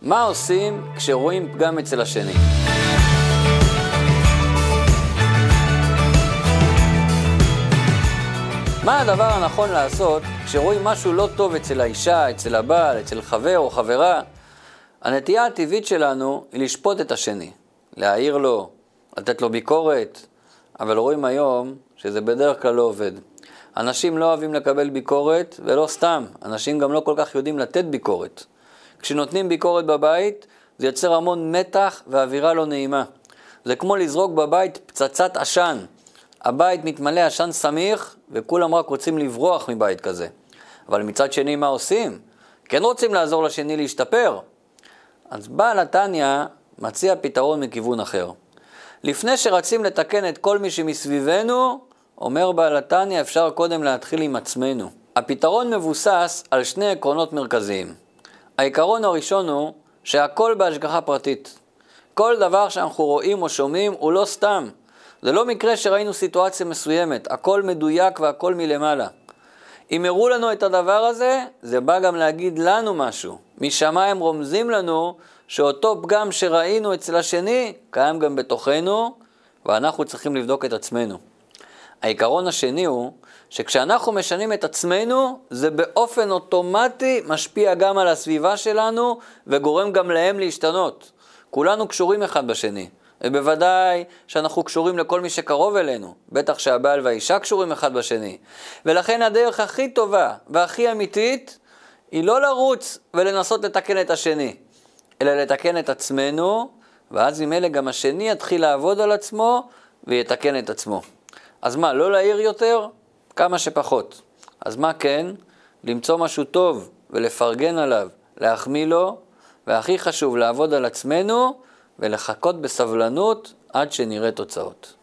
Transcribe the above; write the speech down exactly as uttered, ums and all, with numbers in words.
מה עושים כשרואים פגם אצל השני? מה הדבר הנכון לעשות כשרואים משהו לא טוב אצל האישה, אצל הבעל, אצל חבר או חברה? הנטייה הטבעית שלנו היא לשפוט את השני, להעיר לו, לתת לו ביקורת, אבל רואים היום שזה בדרך כלל לא עובד. אנשים לא אוהבים לקבל ביקורת, ולא סתם, אנשים גם לא כל כך יודעים לתת ביקורת. כשנותנים ביקורת בבית, זה יוצר המון מתח ואווירה לא נעימה. זה כמו לזרוק בבית פצצת עשן. הבית מתמלא עשן סמיך, וכולם רק רוצים לברוח מבית כזה. אבל מצד שני, מה עושים? כן רוצים לעזור לשני להשתפר. אז בעל התניא מציע פתרון מכיוון אחר. לפני שרצים לתקן את כל מי שמסביבנו, אומר בעל התניא, אפשר קודם להתחיל עם עצמנו. הפתרון מבוסס על שני עקרונות מרכזיים. העיקרון הראשון הוא שהכל בהשגחה פרטית. כל דבר שאנחנו רואים או שומעים הוא לא סתם. זה לא מקרה שראינו סיטואציה מסוימת, הכל מדויק והכל מלמעלה. אם הראו לנו את הדבר הזה, זה בא גם להגיד לנו משהו. משמיים רומזים לנו שאותו פגם שראינו אצל השני, קיים גם בתוכנו, ואנחנו צריכים לבדוק את עצמנו. העיקרון השני הוא שכשאנחנו משנים את עצמנו, זה באופן אוטומטי משפיע גם על הסביבה שלנו, וגורם גם להם להשתנות. כולנו קשורים אחד בשני. ובוודאי שאנחנו קשורים לכל מי שקרוב אלינו, בטח שהבעל והאישה קשורים אחד בשני. ולכן הדרך הכי טובה והכי אמיתית היא לא לרוץ ולנסות לתקן את השני, אלא לתקן את עצמנו, ואז ממילא גם השני יתחיל לעבוד על עצמו ויתקן את עצמו. אז מה, לא להעיר יותר? כמה שפחות. אז מה כן? למצוא משהו טוב ולפרגן עליו, להחמיא לו, והכי חשוב לעבוד על עצמנו, ולחכות בסבלנות עד שנראה תוצאות.